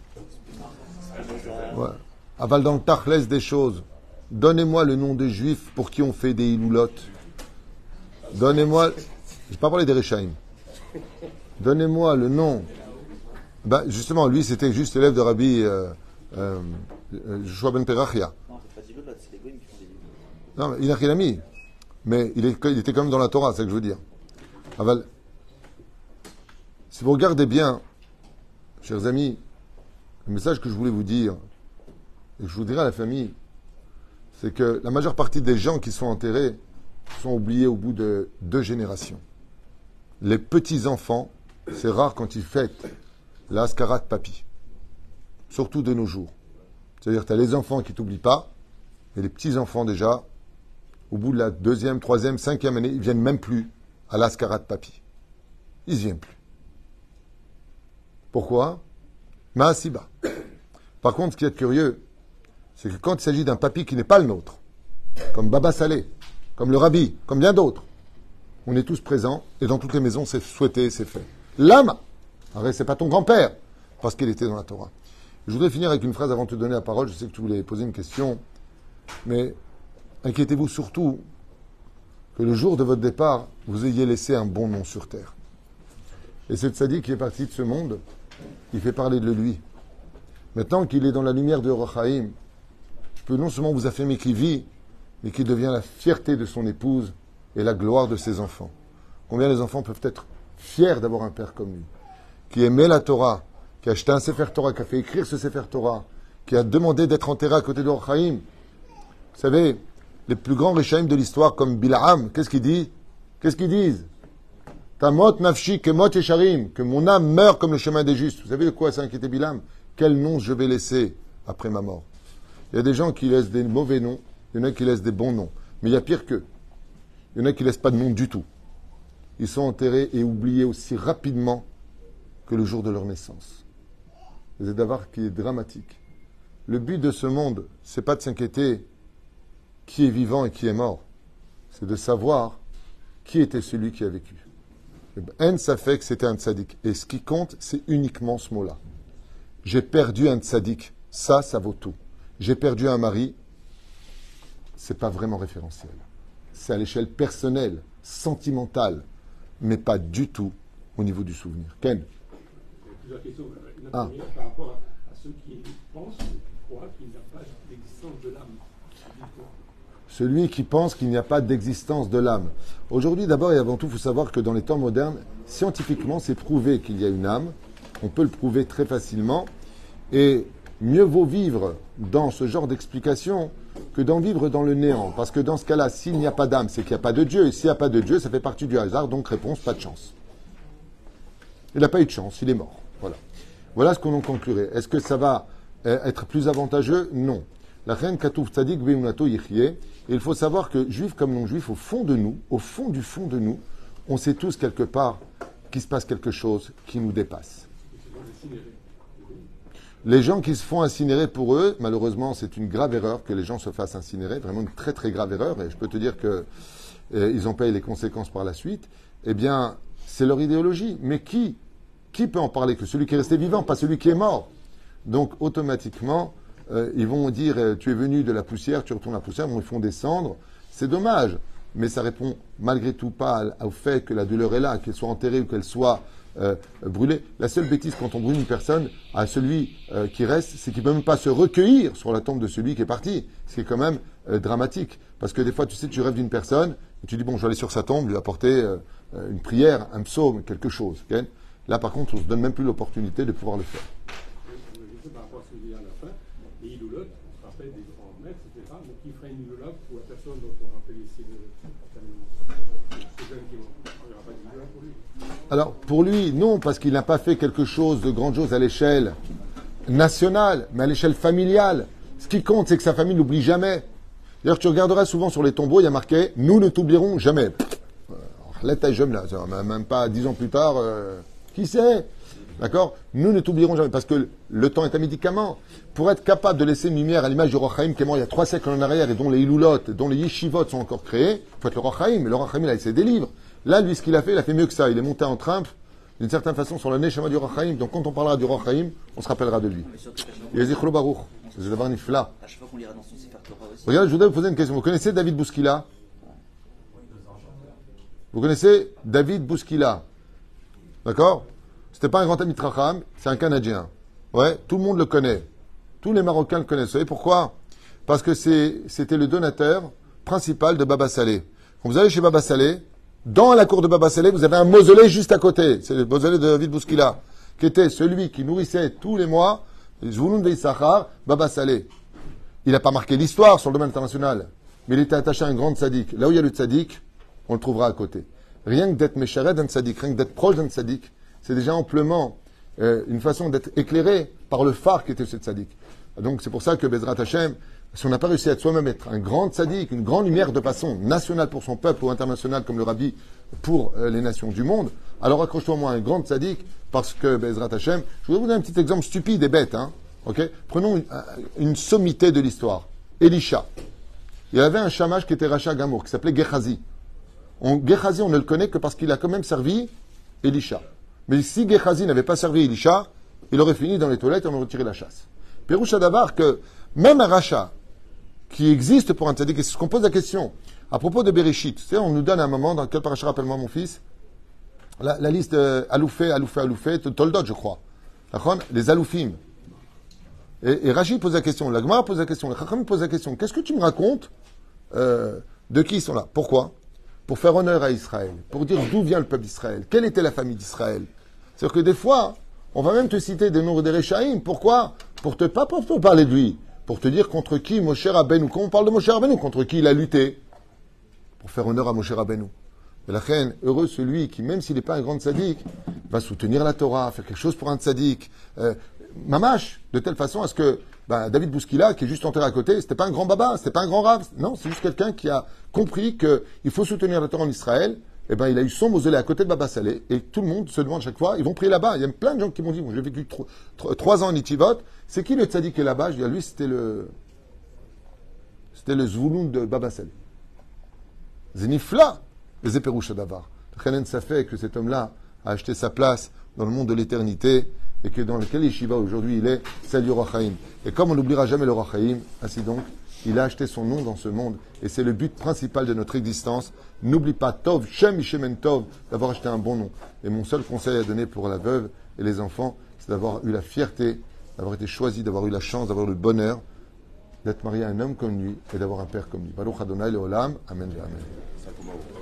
Ouais. Aval dans le tachlès des choses. Donnez-moi le nom des juifs pour qui on fait des iloulotes. Donnez-moi, je ne vais pas parler des Rechaim. Donnez-moi le nom. Ben, justement, lui, c'était juste l'élève de Rabbi Joshua ben Perachia. Non, c'est pas des iloulotes, c'est les goïms qui font des iloulotes. Non, mais il a rien mis. Mais il était quand même dans la Torah, c'est ce que je veux dire. Aval, si vous regardez bien, chers amis, le message que je voulais vous dire, et que je vous dirai à la famille, c'est que la majeure partie des gens qui sont enterrés sont oubliés au bout de 2 générations. Les petits-enfants, c'est rare quand ils fêtent l'Askarat Papi. Surtout de nos jours. C'est-à-dire, tu as les enfants qui ne t'oublient pas, et les petits-enfants déjà, au bout de la 2e, 3e, 5e année, ils ne viennent même plus à l'Askarat Papi. Ils ne viennent plus. Pourquoi? Maasiba. Par contre, ce qui est curieux, c'est que quand il s'agit d'un papy qui n'est pas le nôtre, comme Baba Salé, comme le Rabbi, comme bien d'autres, on est tous présents, et dans toutes les maisons, c'est souhaité, c'est fait. Lama, arrête, c'est pas ton grand-père, parce qu'il était dans la Torah. Je voudrais finir avec une phrase avant de te donner la parole. Je sais que tu voulais poser une question, mais inquiétez-vous surtout que le jour de votre départ, vous ayez laissé un bon nom sur terre. Et cette tzaddik qui est parti de ce monde, il fait parler de lui. Maintenant qu'il est dans la lumière de Rochaïm, je peux non seulement vous affirmer qu'il vit, mais qu'il devient la fierté de son épouse et la gloire de ses enfants. Combien les enfants peuvent être fiers d'avoir un père comme lui, qui aimait la Torah, qui a acheté un Sefer Torah, qui a fait écrire ce Sefer Torah, qui a demandé d'être enterré à côté de Rochaïm. Vous savez, les plus grands Rechaïm de l'histoire, comme Bil'am, qu'est-ce qu'il dit? Qu'est-ce qu'ils disent? Tamot nafshi kemot yesharim, que mon âme meurt comme le chemin des justes. Vous savez de quoi s'inquiétait Bilam? Quel nom je vais laisser après ma mort? Il y a des gens qui laissent des mauvais noms, il y en a qui laissent des bons noms. Mais il y a pire qu'eux. Il y en a qui laissent pas de nom du tout. Ils sont enterrés et oubliés aussi rapidement que le jour de leur naissance. C'est d'avoir qui est dramatique. Le but de ce monde, c'est pas de s'inquiéter qui est vivant et qui est mort. C'est de savoir qui était celui qui a vécu. En, ça fait que c'était un tzaddik. Et ce qui compte, c'est uniquement ce mot-là. J'ai perdu un tzaddik. Ça vaut tout. J'ai perdu un mari. C'est pas vraiment référentiel. C'est à l'échelle personnelle, sentimentale, mais pas du tout au niveau du souvenir. Ken? Il y a plusieurs questions. La première, par rapport à ceux qui pensent, qui croient qu'il n'y a pas d'existence de l'âme. Celui qui pense qu'il n'y a pas d'existence de l'âme. Aujourd'hui, d'abord et avant tout, il faut savoir que dans les temps modernes, scientifiquement, c'est prouvé qu'il y a une âme. On peut le prouver très facilement. Et mieux vaut vivre dans ce genre d'explication que d'en vivre dans le néant. Parce que dans ce cas-là, s'il n'y a pas d'âme, c'est qu'il n'y a pas de Dieu. Et s'il n'y a pas de Dieu, ça fait partie du hasard. Donc, réponse, pas de chance. Il n'a pas eu de chance, il est mort. Voilà. Voilà ce qu'on en conclurait. Est-ce que ça va être plus avantageux? Non. La reine Katouf Tzadik Beunato Yichye. Et il faut savoir que, juifs comme non-juifs, au fond de nous, au fond de nous, on sait tous quelque part qu'il se passe quelque chose qui nous dépasse. Les gens qui se font incinérer pour eux, malheureusement, c'est une grave erreur que les gens se fassent incinérer, vraiment une très très grave erreur, et je peux te dire que ils en payent les conséquences par la suite. Eh bien, c'est leur idéologie. Mais qui peut en parler que celui qui est resté vivant, pas celui qui est mort? Donc, automatiquement, ils vont dire tu es venu de la poussière, tu retournes à la poussière, bon, ils font descendre. C'est dommage, mais ça répond malgré tout pas au fait que la douleur est là, qu'elle soit enterrée ou qu'elle soit brûlée. La seule bêtise quand on brûle une personne, à celui qui reste, c'est qu'il ne peut même pas se recueillir sur la tombe de celui qui est parti. Ce qui est quand même dramatique. Parce que des fois, tu sais, tu rêves d'une personne, et tu dis, bon, je vais aller sur sa tombe, lui apporter une prière, un psaume, quelque chose. Okay. Là, par contre, on ne se donne même plus l'opportunité de pouvoir le faire. Par rapport à ce que je disais à la fin, les iloulotes, on se rappelle des grands maîtres, etc., mais qui ferait une iloulote pour la personne dont on rappelle ici ces jeunes qui vont. Il n'y aura pas d'iloulote pour lui. Alors, pour lui, non, parce qu'il n'a pas fait quelque chose de grandiose à l'échelle nationale, mais à l'échelle familiale. Ce qui compte, c'est que sa famille n'oublie jamais. D'ailleurs, tu regarderas souvent sur les tombeaux, il y a marqué « Nous ne t'oublierons jamais ». Là, t'as jeune, là, même pas 10 ans plus tard, qui sait? D'accord? Nous ne t'oublierons jamais, parce que le temps est un médicament. Pour être capable de laisser une lumière à l'image du Roi Chaim qui est mort il y a 3 siècles en arrière et dont les iloulotes, dont les yeshivot sont encore créés, il faut être le Roi Chaim. Mais le Roi Chaim, il a essayé des livres. Là, lui, ce qu'il a fait, il a fait mieux que ça. Il est monté en triomphe, d'une certaine façon, sur le neshama du Roi Chaim. Donc, quand on parlera du Roi Chaim, on se rappellera de lui. Il a dit Chlo Baruch. C'est d'abord Nifla. À chaque fois qu'on lira dans son Sefer Torah aussi. Regarde, je voudrais vous poser une question. Vous connaissez David Bouskila? Vous connaissez David Bouskila? D'accord? C'était pas un grand ami de Tracham, c'est un Canadien. Ouais, tout le monde le connaît. Tous les Marocains le connaissent. Vous savez pourquoi? Parce que c'était le donateur principal de Baba Saleh. Quand vous allez chez Baba Saleh, dans la cour de Baba Saleh, vous avez un mausolée juste à côté. C'est le mausolée de David Bouskila, qui était celui qui nourrissait tous les mois Zvouloun Veissachar, Baba Saleh. Il n'a pas marqué l'histoire sur le domaine international, mais il était attaché à un grand tzaddik. Là où il y a le tzaddik, on le trouvera à côté. Rien que d'être mécharet d'un tzaddik, rien que d'être proche d'un tzaddik, c'est déjà amplement une façon d'être éclairé par le phare qui était ce tzaddik. Donc c'est pour ça que Bezrat Hashem, si on n'a pas réussi à être soi-même être un grand tzaddik, une grande lumière de façon nationale pour son peuple ou internationale comme le Rabbi pour les nations du monde, alors accroche-toi moi à un grand tzaddik parce que Bezrat Hashem, je voudrais vous donner un petit exemple stupide et bête. Okay. Prenons une sommité de l'histoire. Elisha. Il y avait un shamash qui était Racha Gamour, qui s'appelait Gehazi. Gehazi, on ne le connaît que parce qu'il a quand même servi Elisha. Mais si Gehazi n'avait pas servi Elisha, il aurait fini dans les toilettes et on aurait tiré la chasse. Péroucha d'Avar que même un rachat qui existe pour un tzaddik, et c'est ce qu'on pose la question à propos de Bereshit. Tu sais, on nous donne un moment, dans quel paracha, rappelle-moi mon fils, la liste Aloufé, Toldot, je crois. Les Aloufim. Et Rachid pose la question, la Gemara pose la question, le Chacham pose la question. Qu'est-ce que tu me racontes de qui ils sont là? Pourquoi? Pour faire honneur à Israël, pour dire d'où vient le peuple d'Israël, quelle était la famille d'Israël. C'est-à-dire que des fois, on va même te citer des noms des Réchaïm. Pourquoi? Pas pour te parler de lui, pour te dire contre qui Moshe Rabbeinu, quand on parle de Moshe Rabbeinu, contre qui il a lutté, pour faire honneur à Moshe Rabbeinu. Et la reine, heureux celui qui, même s'il n'est pas un grand tzaddik, va soutenir la Torah, faire quelque chose pour un tzaddik. Mamash, de telle façon à ce que David Bouskila, qui est juste enterré à côté, c'était pas un grand baba, c'était pas un grand rave. Non, c'est juste quelqu'un qui a compris qu'il faut soutenir la Torah en Israël. Il a eu son mausolée à côté de Baba Saleh. Et tout le monde se demande chaque fois, ils vont prier là-bas. Il y a plein de gens qui m'ont dit, j'ai vécu 3 ans en Itivot. C'est qui le tzaddik qui est là-bas? Je dis, lui, c'était le Zvouloun de Baba Saleh. Zenifla, les éperouches d'Avar. Ça fait que cet homme-là a acheté sa place dans le monde de l'éternité et que dans lequel Yeshiva aujourd'hui il est, c'est le Rachaim. Et comme on n'oubliera jamais le Rachaim, ainsi donc, il a acheté son nom dans ce monde et c'est le but principal de notre existence. N'oublie pas Tov, Shem Ishemen Tov, d'avoir acheté un bon nom. Et mon seul conseil à donner pour la veuve et les enfants, c'est d'avoir eu la fierté, d'avoir été choisi, d'avoir eu la chance, d'avoir eu le bonheur d'être marié à un homme comme lui et d'avoir un père comme lui. Baruch Adonai Leolam, Amen et Amen.